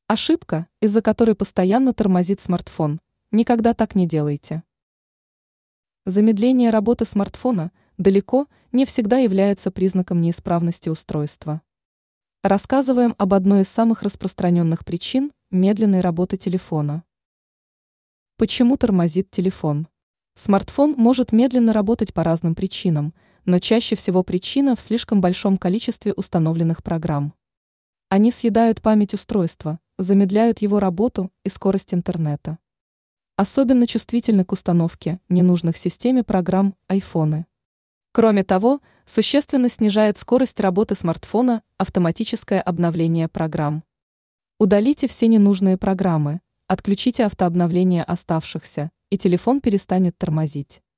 Ошибка, из-за которой постоянно тормозит смартфон. Никогда так не делайте. Замедление работы смартфона далеко не всегда является признаком неисправности устройства. Рассказываем об одной из самых распространенных причин медленной работы телефона. Почему тормозит телефон? Смартфон может медленно работать по разным причинам, но чаще всего причина в слишком большом количестве установленных программ. Они съедают память устройства, замедляют его работу и скорость интернета. Особенно чувствительны к установке ненужных системе программ айфоны. Кроме того, существенно снижает скорость работы смартфона автоматическое обновление программ. Удалите все ненужные программы, отключите автообновление оставшихся, и телефон перестанет тормозить.